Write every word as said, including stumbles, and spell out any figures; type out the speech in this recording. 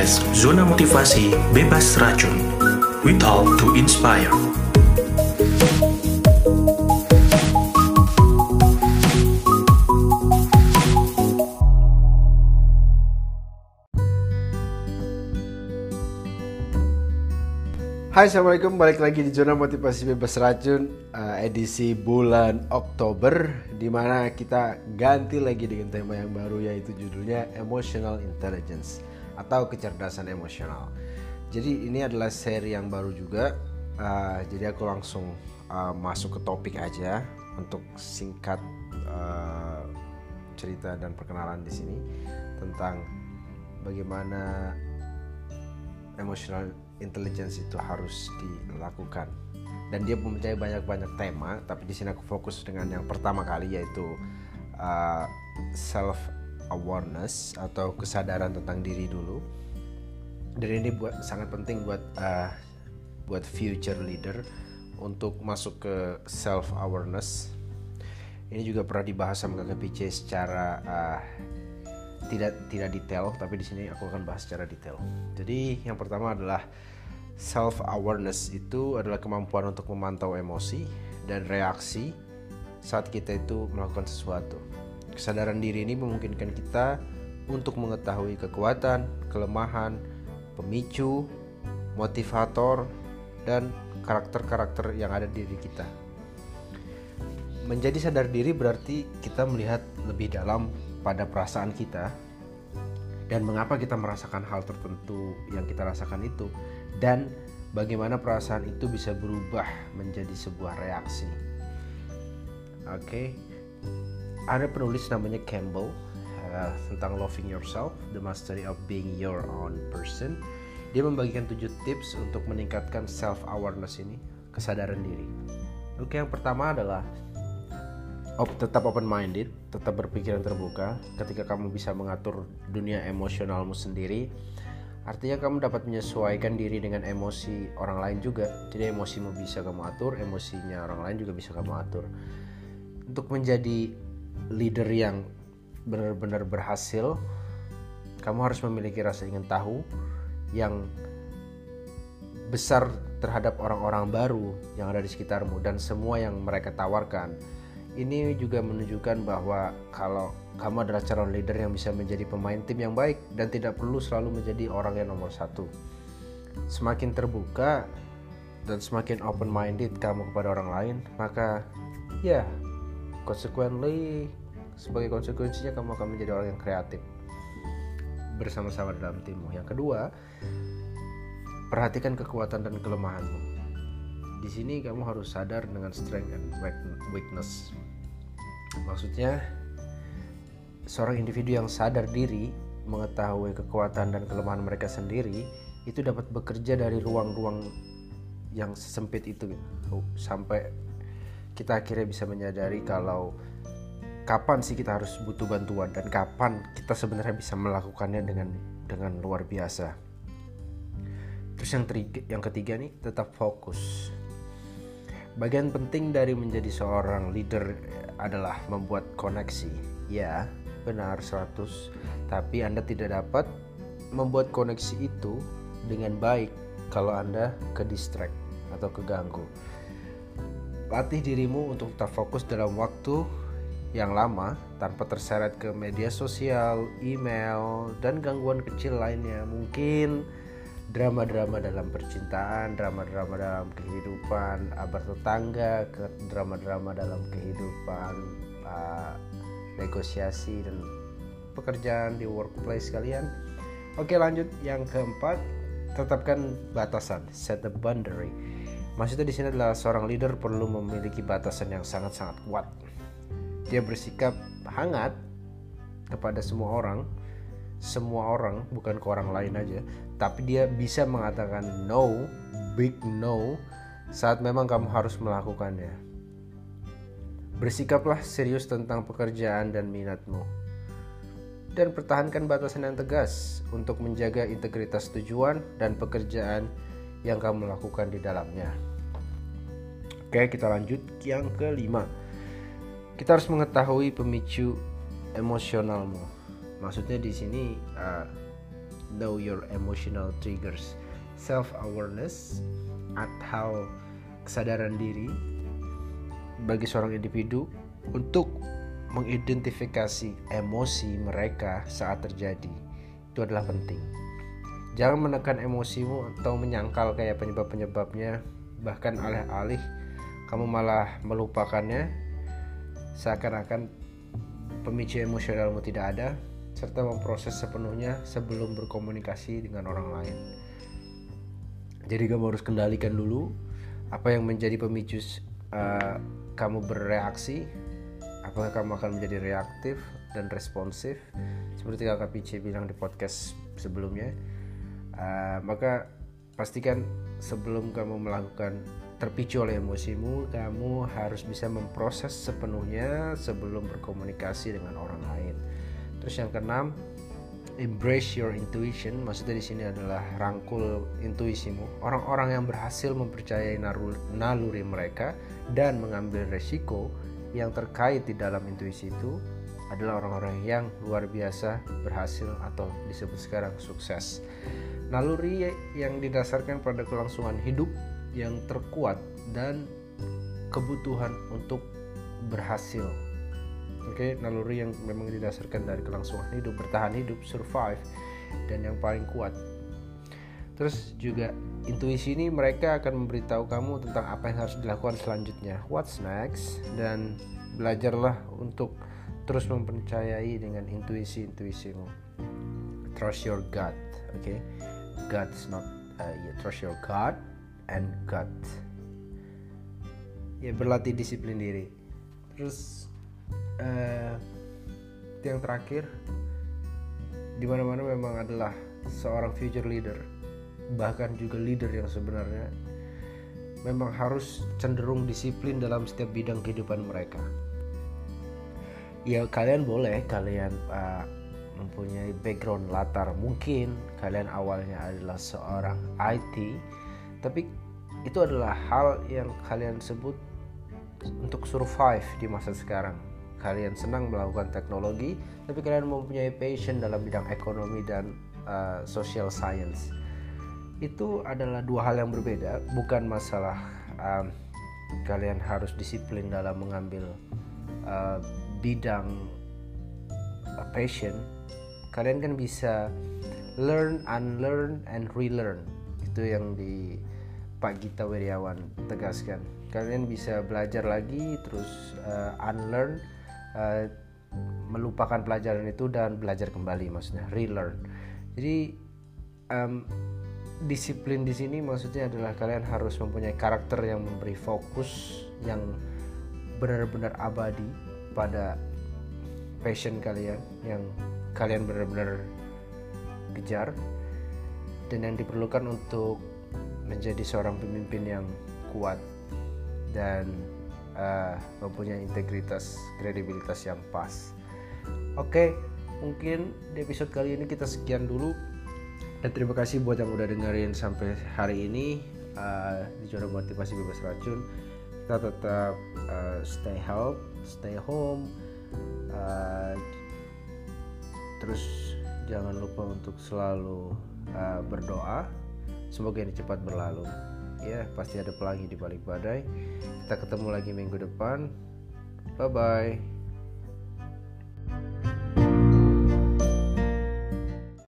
podcast Zona Motivasi Bebas Racun. We talk to inspire. Hai, assalamualaikum, balik lagi di Zona Motivasi Bebas Racun, uh, edisi bulan Oktober, dimana kita ganti lagi dengan tema yang baru, yaitu judulnya Emotional Intelligence atau kecerdasan emosional. Jadi ini adalah seri yang baru juga, uh, jadi aku langsung uh, masuk ke topik aja untuk singkat uh, cerita dan perkenalan di sini tentang bagaimana emotional intelligence itu harus dilakukan, dan dia mempunyai banyak-banyak tema, tapi di sini aku fokus dengan yang pertama kali, yaitu uh, self awareness atau kesadaran tentang diri dulu. Dan ini buat sangat penting buat uh, buat future leader untuk masuk ke self awareness. Ini juga pernah dibahas sama Kakak P C secara uh, tidak tidak detail, tapi di sini aku akan bahas secara detail. Jadi yang pertama adalah self awareness. Itu adalah kemampuan untuk memantau emosi dan reaksi saat kita itu melakukan sesuatu. Kesadaran diri ini memungkinkan kita untuk mengetahui kekuatan, kelemahan, pemicu, motivator, dan karakter-karakter yang ada di diri kita. Menjadi sadar diri berarti kita melihat lebih dalam pada perasaan kita dan mengapa kita merasakan hal tertentu yang kita rasakan itu, dan bagaimana perasaan itu bisa berubah menjadi sebuah reaksi. Oke, okay. Ada penulis namanya Campbell uh, tentang Loving Yourself, The Mastery of Being Your Own Person. Dia membagikan tujuh tips untuk meningkatkan self awareness ini, kesadaran diri. Oke, okay, yang pertama adalah Op, tetap open-minded, tetap berpikiran terbuka. Ketika kamu bisa mengatur dunia emosionalmu sendiri, artinya kamu dapat menyesuaikan diri dengan emosi orang lain juga. Jadi emosimu bisa kamu atur, emosinya orang lain juga bisa kamu atur. Untuk menjadi leader yang benar-benar berhasil, kamu harus memiliki rasa ingin tahu yang besar terhadap orang-orang baru yang ada di sekitarmu dan semua yang mereka tawarkan. Ini juga menunjukkan bahwa kalau kamu adalah calon leader yang bisa menjadi pemain tim yang baik dan tidak perlu selalu menjadi orang yang nomor satu. Semakin terbuka dan semakin open-minded kamu kepada orang lain, maka ya, consequently, sebagai konsekuensinya kamu akan menjadi orang yang kreatif bersama-sama dalam timmu. Yang kedua, perhatikan kekuatan dan kelemahanmu. Di sini kamu harus sadar dengan strength and weakness. Maksudnya, seorang individu yang sadar diri, mengetahui kekuatan dan kelemahan mereka sendiri, itu dapat bekerja dari ruang-ruang yang sempit itu sampai kita akhirnya bisa menyadari kalau kapan sih kita harus butuh bantuan dan kapan kita sebenarnya bisa melakukannya dengan dengan luar biasa. Terus yang, tri- yang ketiga nih, tetap fokus. Bagian penting dari menjadi seorang leader adalah membuat koneksi. Ya, benar seratus. Tapi Anda tidak dapat membuat koneksi itu dengan baik kalau Anda ke-distract atau keganggu. Latih dirimu untuk tetap fokus dalam waktu yang lama tanpa terseret ke media sosial, email, dan gangguan kecil lainnya. Mungkin drama-drama dalam percintaan, drama-drama dalam kehidupan abar tetangga, drama-drama dalam kehidupan uh, negosiasi dan pekerjaan di workplace kalian. Oke, lanjut yang keempat, tetapkan batasan, set a boundary. Maksudnya di sini adalah seorang leader perlu memiliki batasan yang sangat-sangat kuat. Dia bersikap hangat kepada semua orang, semua orang, bukan ke orang lain aja, tapi dia bisa mengatakan no, big no, saat memang kamu harus melakukannya. Bersikaplah serius tentang pekerjaan dan minatmu, dan pertahankan batasan yang tegas untuk menjaga integritas tujuan dan pekerjaan yang kamu lakukan di dalamnya. Oke, kita lanjut yang kelima. Kita harus mengetahui pemicu emosionalmu. Maksudnya di sini uh, know your emotional triggers. Self-awareness atau kesadaran diri bagi seorang individu untuk mengidentifikasi emosi mereka saat terjadi itu adalah penting. Jangan menekan emosimu atau menyangkal kayak penyebab-penyebabnya, bahkan alih-alih kamu malah melupakannya seakan-akan pemicu emosionalmu tidak ada, serta memproses sepenuhnya sebelum berkomunikasi dengan orang lain. Jadi kamu harus kendalikan dulu apa yang menjadi pemicu uh, kamu bereaksi. Apakah kamu akan menjadi reaktif dan responsif seperti Kakak P C bilang di podcast sebelumnya. Uh, maka pastikan sebelum kamu melakukan terpicu oleh emosimu, kamu harus bisa memproses sepenuhnya sebelum berkomunikasi dengan orang lain. Terus yang keenam, embrace your intuition. Maksudnya di sini adalah rangkul intuisimu. Orang-orang yang berhasil mempercayai naluri mereka dan mengambil resiko yang terkait di dalam intuisi itu adalah orang-orang yang luar biasa berhasil atau disebut sekarang sukses. Naluri yang didasarkan pada kelangsungan hidup yang terkuat dan kebutuhan untuk berhasil. Oke, okay? Naluri yang memang didasarkan dari kelangsungan hidup, bertahan hidup, survive, dan yang paling kuat. Terus juga intuisi ini mereka akan memberitahu kamu tentang apa yang harus dilakukan selanjutnya, what's next, dan belajarlah untuk terus mempercayai dengan intuisi-intuisimu. Trust your gut, oke? Okay? God is not, uh, yeah, trust your gut and gut. Ya, berlatih disiplin diri. Terus uh, yang terakhir, di mana-mana memang adalah seorang future leader, bahkan juga leader yang sebenarnya memang harus cenderung disiplin dalam setiap bidang kehidupan mereka. Ya, kalian boleh kalian uh, mempunyai background latar, mungkin kalian awalnya adalah seorang I T, tapi itu adalah hal yang kalian sebut untuk survive di masa sekarang. Kalian senang melakukan teknologi, tapi kalian mempunyai passion dalam bidang ekonomi dan uh, social science. Itu adalah dua hal yang berbeda. Bukan masalah um, kalian harus disiplin dalam mengambil uh, bidang uh, passion. Kalian kan bisa learn, unlearn, and relearn. Itu yang di Pak Gita Wirjawan tegaskan. Kalian bisa belajar lagi, terus uh, unlearn, uh, melupakan pelajaran itu dan belajar kembali, maksudnya relearn. Jadi um, disiplin di sini maksudnya adalah kalian harus mempunyai karakter yang memberi fokus yang benar-benar abadi pada passion kalian yang kalian benar-benar kejar, dan yang diperlukan untuk menjadi seorang pemimpin yang kuat dan uh, mempunyai integritas, kredibilitas yang pas. Oke, mungkin di episode kali ini kita sekian dulu, dan terima kasih buat yang udah dengerin sampai hari ini. Uh, di Zona Motivasi Bebas Racun kita tetap uh, stay healthy, stay home, uh, terus jangan lupa untuk selalu uh, berdoa. Semoga ini cepat berlalu. Ya, pasti ada pelangi di balik badai. Kita ketemu lagi minggu depan. Bye bye.